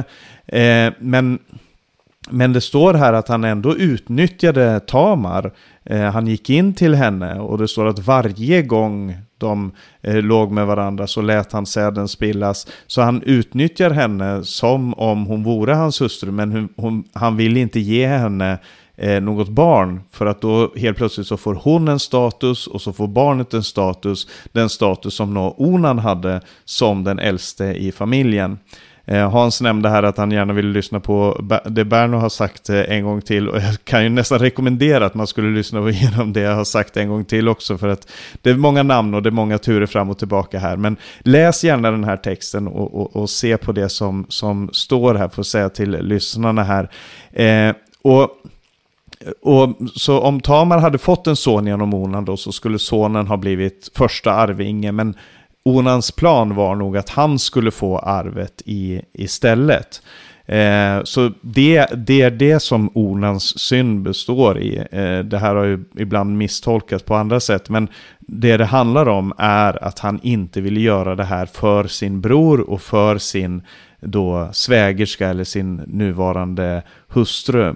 Men det står här att han ändå utnyttjade Tamar. Han gick in till henne, och det står att varje gång de låg med varandra så lät han säden spillas. Så han utnyttjar henne som om hon vore hans hustru, men han vill inte ge henne något barn, för att då helt plötsligt så får hon en status och så får barnet en status, den status som Onan hade som den äldste i familjen. Hans nämnde här att han gärna ville lyssna på det Berno har sagt en gång till, och jag kan ju nästan rekommendera att man skulle lyssna igenom det jag har sagt en gång till också, för att det är många namn och det är många turer fram och tillbaka här. Men läs gärna den här texten och se på det som står här, för att säga till lyssnarna här. Och så om Tamar hade fått en son genom Onan då, så skulle sonen ha blivit första arvinge, men Onans plan var nog att han skulle få arvet istället. Så det är det som Onans synd består i. Det här har ju ibland misstolkats på andra sätt, men det handlar om är att han inte ville göra det här för sin bror och för sin då svägerska eller sin nuvarande hustru.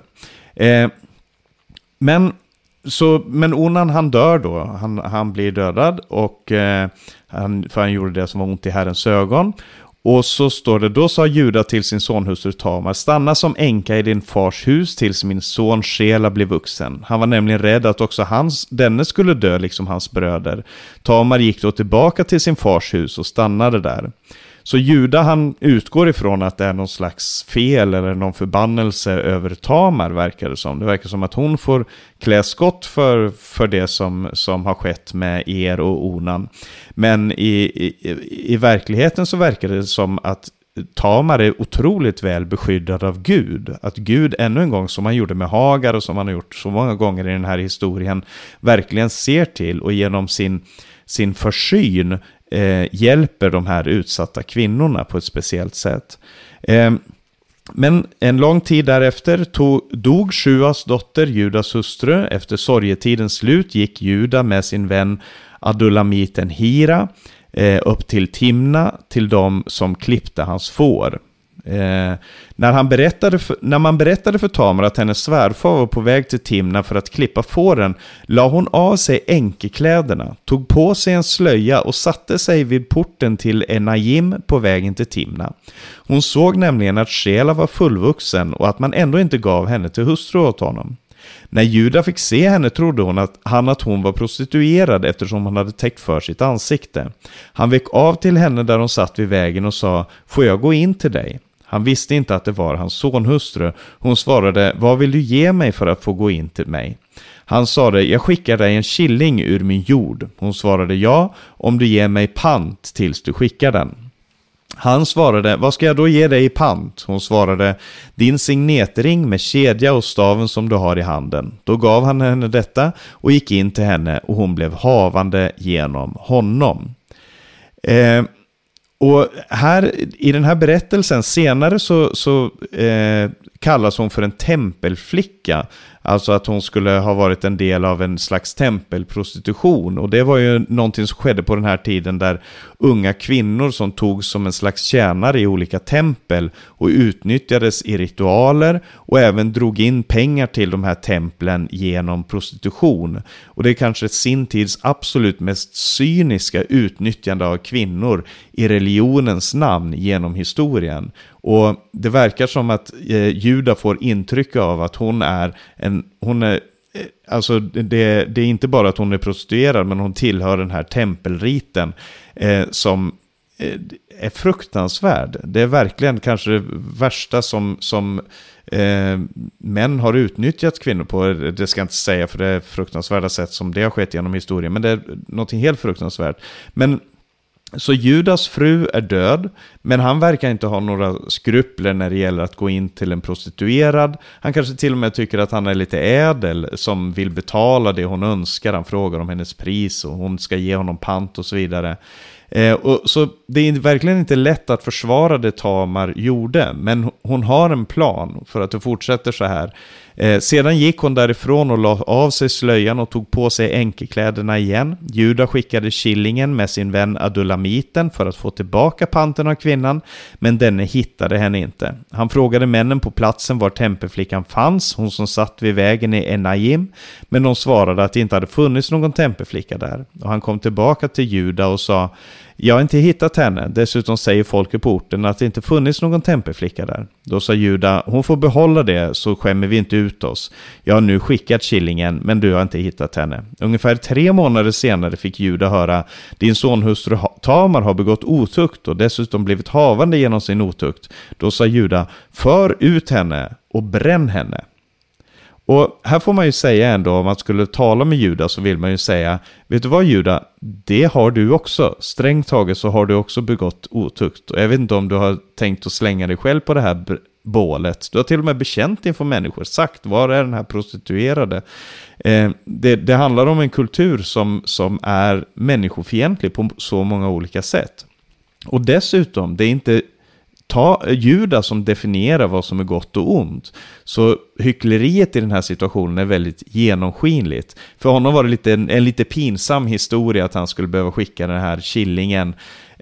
Men Onan, han dör då. Han blir dödad, och för han gjorde det som var ont i Herrens ögon. Och så står det: då sa Juda till sin sonhustru Tamar: stanna som änka i din fars hus tills min son Shela blir vuxen. Han var nämligen rädd att också denne skulle dö liksom hans bröder. Tamar gick då tillbaka till sin fars hus och stannade där. Så Juda, han utgår ifrån att det är någon slags fel eller någon förbannelse över Tamar, verkar det som. Det verkar som att hon får klä skott för det som har skett med Er och Onan. Men i verkligheten så verkar det som att Tamar är otroligt väl beskyddad av Gud. Att Gud ännu en gång, som han gjorde med Hagar och som han har gjort så många gånger i den här historien, verkligen ser till och genom sin försyn hjälper de här utsatta kvinnorna på ett speciellt sätt. Men en lång tid därefter dog Shuas dotter, Judas hustru. Efter sorgetidens slut gick Juda med sin vän Adulamiten Hira upp till Timna, till dem som klippte hans får. När man berättade för Tamar att hennes svärfar var på väg till Timna för att klippa fåren, la hon av sig enkekläderna, tog på sig en slöja och satte sig vid porten till Enajim på vägen till Timna. Hon såg nämligen att Shela var fullvuxen och att man ändå inte gav henne till hustru åt honom. När Juda fick se henne trodde han att hon var prostituerad, eftersom hon hade täckt för sitt ansikte. Han vek av till henne där hon satt vid vägen och sa: får jag gå in till dig? Han visste inte att det var hans sonhustru. Hon svarade: vad vill du ge mig för att få gå in till mig? Han sade: jag skickar dig en killing ur min jord. Hon svarade: ja, om du ger mig pant tills du skickar den. Han svarade: vad ska jag då ge dig i pant? Hon svarade: din signetring med kedja och staven som du har i handen. Då gav han henne detta och gick in till henne, och hon blev havande genom honom. Och här i den här berättelsen senare så kallas hon för en tempelflicka. Alltså att hon skulle ha varit en del av en slags tempelprostitution. Och det var ju någonting som skedde på den här tiden, där unga kvinnor som togs som en slags tjänare i olika tempel och utnyttjades i ritualer och även drog in pengar till de här templen genom prostitution. Och det är kanske sin tids absolut mest cyniska utnyttjande av kvinnor i religionens namn genom historien. Och det verkar som att Juda får intryck av att alltså det är inte bara att hon är prostituerad, men hon tillhör den här tempelriten som är fruktansvärd. Det är verkligen kanske det värsta som män har utnyttjat kvinnor på. Det ska jag inte säga, för det är fruktansvärda sätt som det har skett genom historien, men det är något helt fruktansvärt. Så Judas fru är död, men han verkar inte ha några skrupler när det gäller att gå in till en prostituerad. Han kanske till och med tycker att han är lite ädel som vill betala det hon önskar. Han frågar om hennes pris och hon ska ge honom pant och så vidare. Så det är verkligen inte lätt att försvara det Tamar gjorde, men hon har en plan för att det fortsätter så här. Sedan gick hon därifrån och la av sig slöjan och tog på sig enkekläderna igen. Juda skickade killingen med sin vän Adulamiten för att få tillbaka panten av kvinnan, men denne hittade henne inte. Han frågade männen på platsen var tempelflickan fanns, hon som satt vid vägen i Enajim, men de svarade att det inte hade funnits någon tempelflicka där. Och han kom tillbaka till Juda och sa: jag har inte hittat henne. Dessutom säger folket på orten att det inte funnits någon tempelflicka där. Då sa Juda: hon får behålla det, så skämmer vi inte ut oss. Jag har nu skickat killingen, men du har inte hittat henne. Ungefär 3 månader senare fick Juda höra: din sonhustru Tamar har begått otukt och dessutom blivit havande genom sin otukt. Då sa Juda: för ut henne och bränn henne. Och här får man ju säga ändå, om man skulle tala med Juda så vill man ju säga: vet du vad Juda, det har du också. Strängt taget så har du också begått otukt. Och jag vet inte om du har tänkt att slänga dig själv på det här bålet. Du har till och med bekänt inför människor, sagt var är den här prostituerade. Det handlar om en kultur som är människofientlig på så många olika sätt. Och dessutom, det är inte Juda som definierar vad som är gott och ont. Så hyckleriet i den här situationen är väldigt genomskinligt. För honom var det en lite pinsam historia att han skulle behöva skicka den här killingen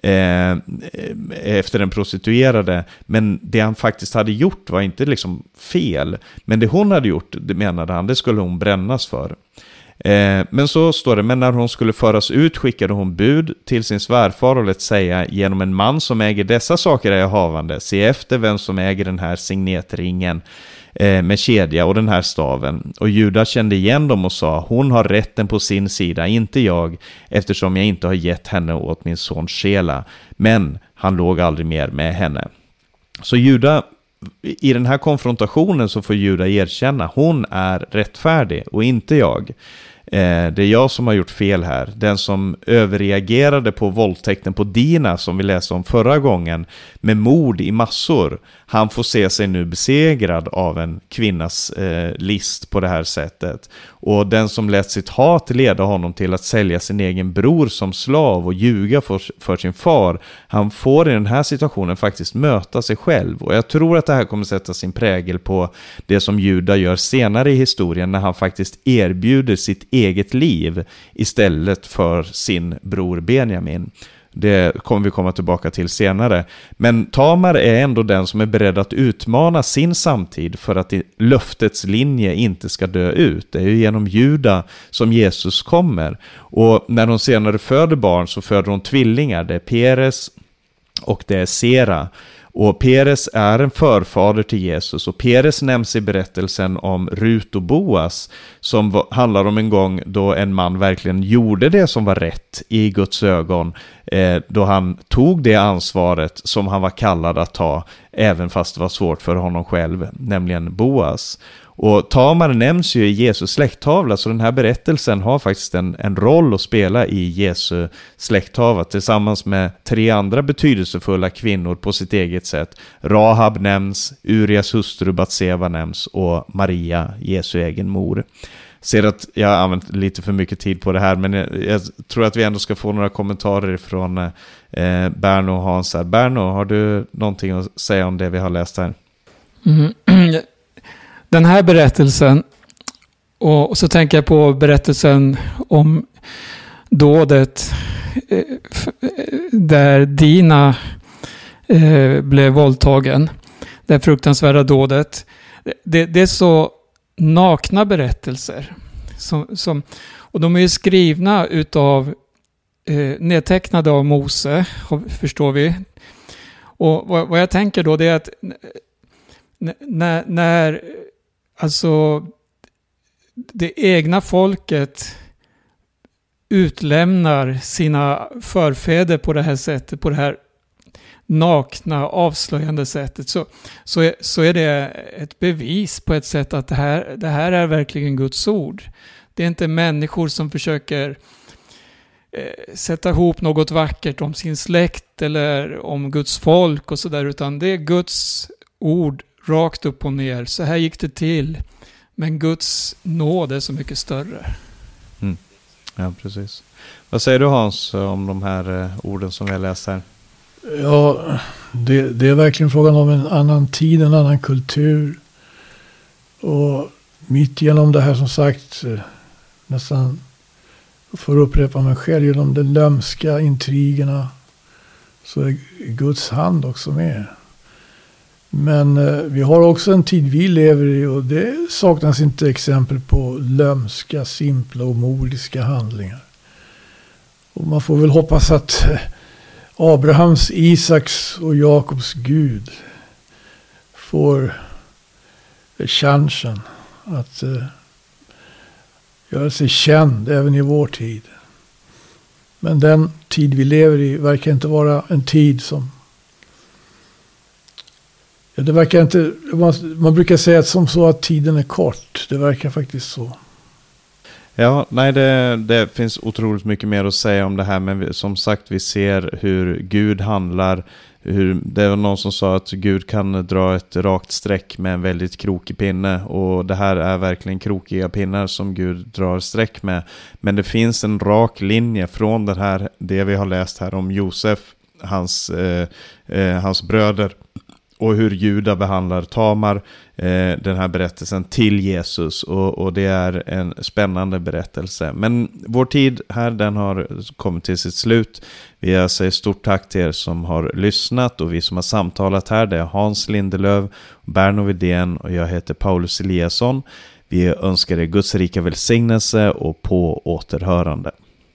efter den prostituerade. Men det han faktiskt hade gjort var inte liksom fel. Men det hon hade gjort, det menade han, det skulle hon brännas för. Men så står det: men när hon skulle föras ut skickade hon bud till sin svärfar och lät säga: genom en man som äger dessa saker är jag havande. Se efter vem som äger den här signetringen med kedja och den här staven. Och Juda kände igen dem och sa: hon har rätten på sin sida, inte jag, eftersom jag inte har gett henne åt min son Shela. Men han låg aldrig mer med henne. Så Juda, i den här konfrontationen så får Juda erkänna: hon är rättfärdig och inte jag. Det är jag som har gjort fel här. Den som överreagerade på våldtäkten på Dina, som vi läste om förra gången, med mord i massor, han får se sig nu besegrad av en kvinnas list på det här sättet. Och den som lät sitt hat leda honom till att sälja sin egen bror som slav och ljuga för sin far, han får i den här situationen faktiskt möta sig själv. Och jag tror att det här kommer sätta sin prägel på det som Juda gör senare i historien, när han faktiskt erbjuder sitt eget liv istället för sin bror Benjamin. Det kommer vi komma tillbaka till senare. Men Tamar är ändå den som är beredd att utmana sin samtid för att löftets linje inte ska dö ut. Det är ju genom Juda som Jesus kommer. Och när hon senare föder barn så föder hon tvillingar. Det är Peres och det är Sera. Och Peres är en förfader till Jesus, och Peres nämns i berättelsen om Rut och Boas, som handlar om en gång då en man verkligen gjorde det som var rätt i Guds ögon, då han tog det ansvaret som han var kallad att ta, även fast det var svårt för honom själv, nämligen Boas. Och Tamar nämns ju i Jesus släkttavla, så den här berättelsen har faktiskt en roll att spela i Jesu släkttavla tillsammans med 3 andra betydelsefulla kvinnor på sitt eget sätt. Rahab nämns, Urias hustru Batseba nämns och Maria, Jesu egen mor. Ser att jag har använt lite för mycket tid på det här, men jag tror att vi ändå ska få några kommentarer från Berno och Hans här. Berno, har du någonting att säga om det vi har läst här? Den här berättelsen, och så tänker jag på berättelsen om dådet där Dina blev våldtagen. Det fruktansvärda dådet. Det är så nakna berättelser. Och de är ju skrivna utav nedtecknade av Mose, förstår vi. Och vad jag tänker då, det är att när alltså det egna folket utlämnar sina förfäder på det här sättet, på det här nakna, avslöjande sättet, så är det ett bevis på ett sätt att det här är verkligen Guds ord. Det är inte människor som försöker sätta ihop något vackert om sin släkt eller om Guds folk och sådär, utan det är Guds ord rakt upp och ner. Så här gick det till, men Guds nåd är så mycket större. Ja, precis. Vad säger du, Hans, om de här orden som vi har läst här? Ja, det är verkligen frågan om en annan tid, en annan kultur. Och mitt genom det här, som sagt, nästan för att upprepa mig själv, genom de lömska intrigerna, så är Guds hand också med. Men vi har också en tid vi lever i, och det saknas inte exempel på lömska, simpla och modiska handlingar. Och man får väl hoppas att Abrahams, Isaks och Jakobs Gud får chansen att göra sig känd även i vår tid. Men den tid vi lever i verkar inte vara en tid som... Ja, det verkar inte... Man brukar säga att tiden är kort. Det verkar faktiskt så. Ja, nej, det finns otroligt mycket mer att säga om det här, men som sagt, vi ser hur Gud handlar. Det var någon som sa att Gud kan dra ett rakt streck med en väldigt krokig pinne, och det här är verkligen krokiga pinnar som Gud drar streck med. Men det finns en rak linje från det vi har läst här om Josef, hans bröder, och hur Juda behandlar Tamar, den här berättelsen, till Jesus. Och det är en spännande berättelse. Men vår tid här, den har kommit till sitt slut. Vi säger stort tack till er som har lyssnat, och vi som har samtalat här, det är Hans Lindelöv, Berno Widén och jag heter Paulus Eliasson. Vi önskar er Guds rika välsignelse och på återhörande.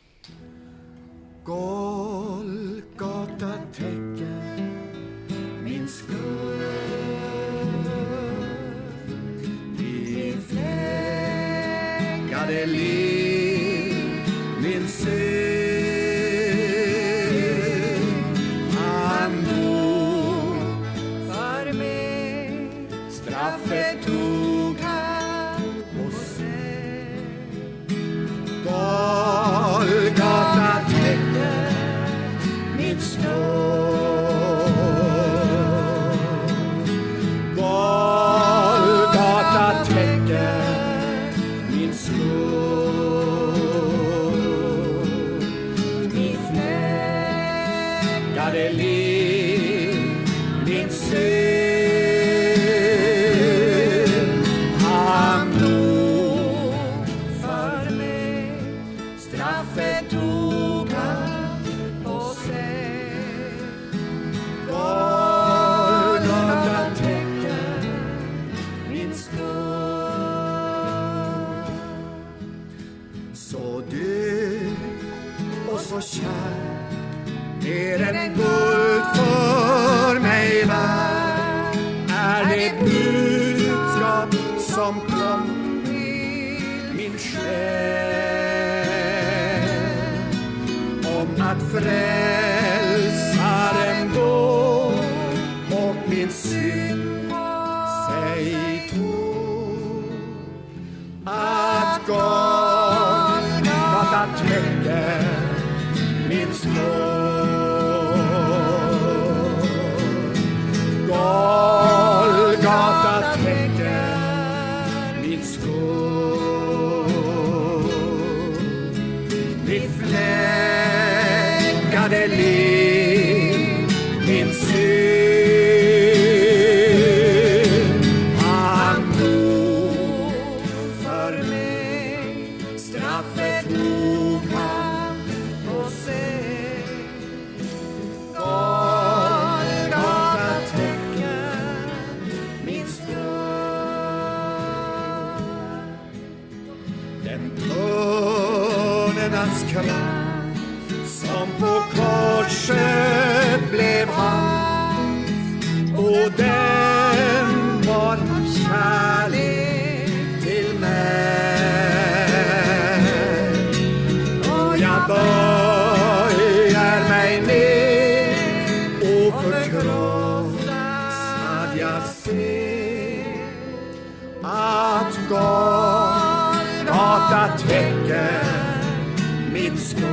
Min synd, han dog för mig, straffet tog han på sig. Golgata täcker min snår, Golgata täcker min skuld. Min synd, han dog för mig, straffet tog han på sig. Golgata täcker min skuld. Så död och så kär, mer än guld för mig värd, är det budskap som kom till min själ, om att frälsaren då och min synd sig tog, att Golgata täcker min skuld. Golgata täcker min skuld. Mitt fläckade liv, min synd, en törnernas kraft som på korset blev hans, och den var kärlek till mig. Och jag böjer mig ner och förkrossad jag ser att Golgata täcker min skuld.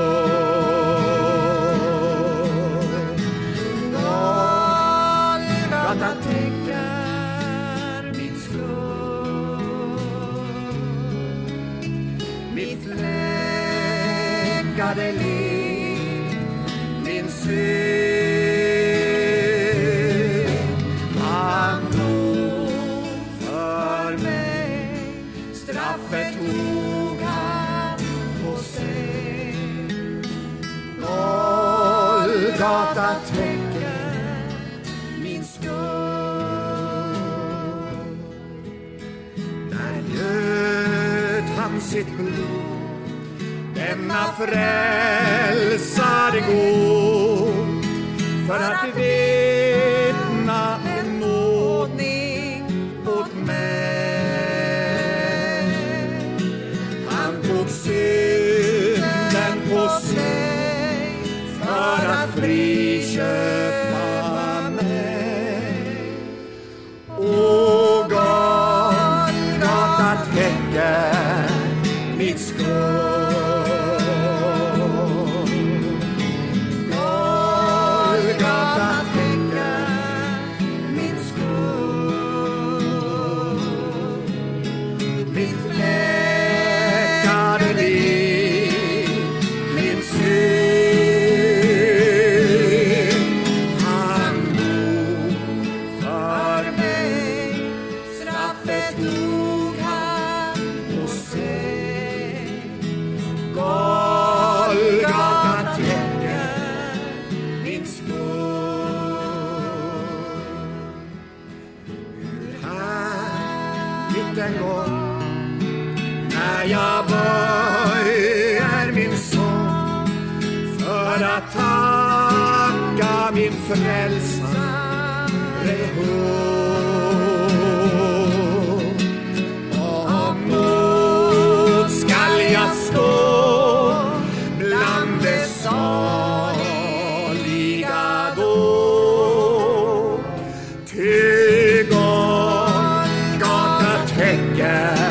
Golgata täcker min skuld. Mitt fläckade liv, min synd. Han dog för mig, straffet tog han på sig. Golgata täcker min skuld. Där göt han sitt blod, denna frälsare god, för att vittna en nådning åt mig. Han tog synden på sig för att friköpa mig. Och Golgata täcker mitt skuld. Golgata täcker min skuld. Mitt fläckade liv, min synd. Han dog för mig, straffet tog han på sig. Golgata täcker min skuld. Hur härligt en gång när jag böjer min sång för att tacka min frälsare hon. Om nåd skall jag stå bland de saliga då, ty Golgata täcker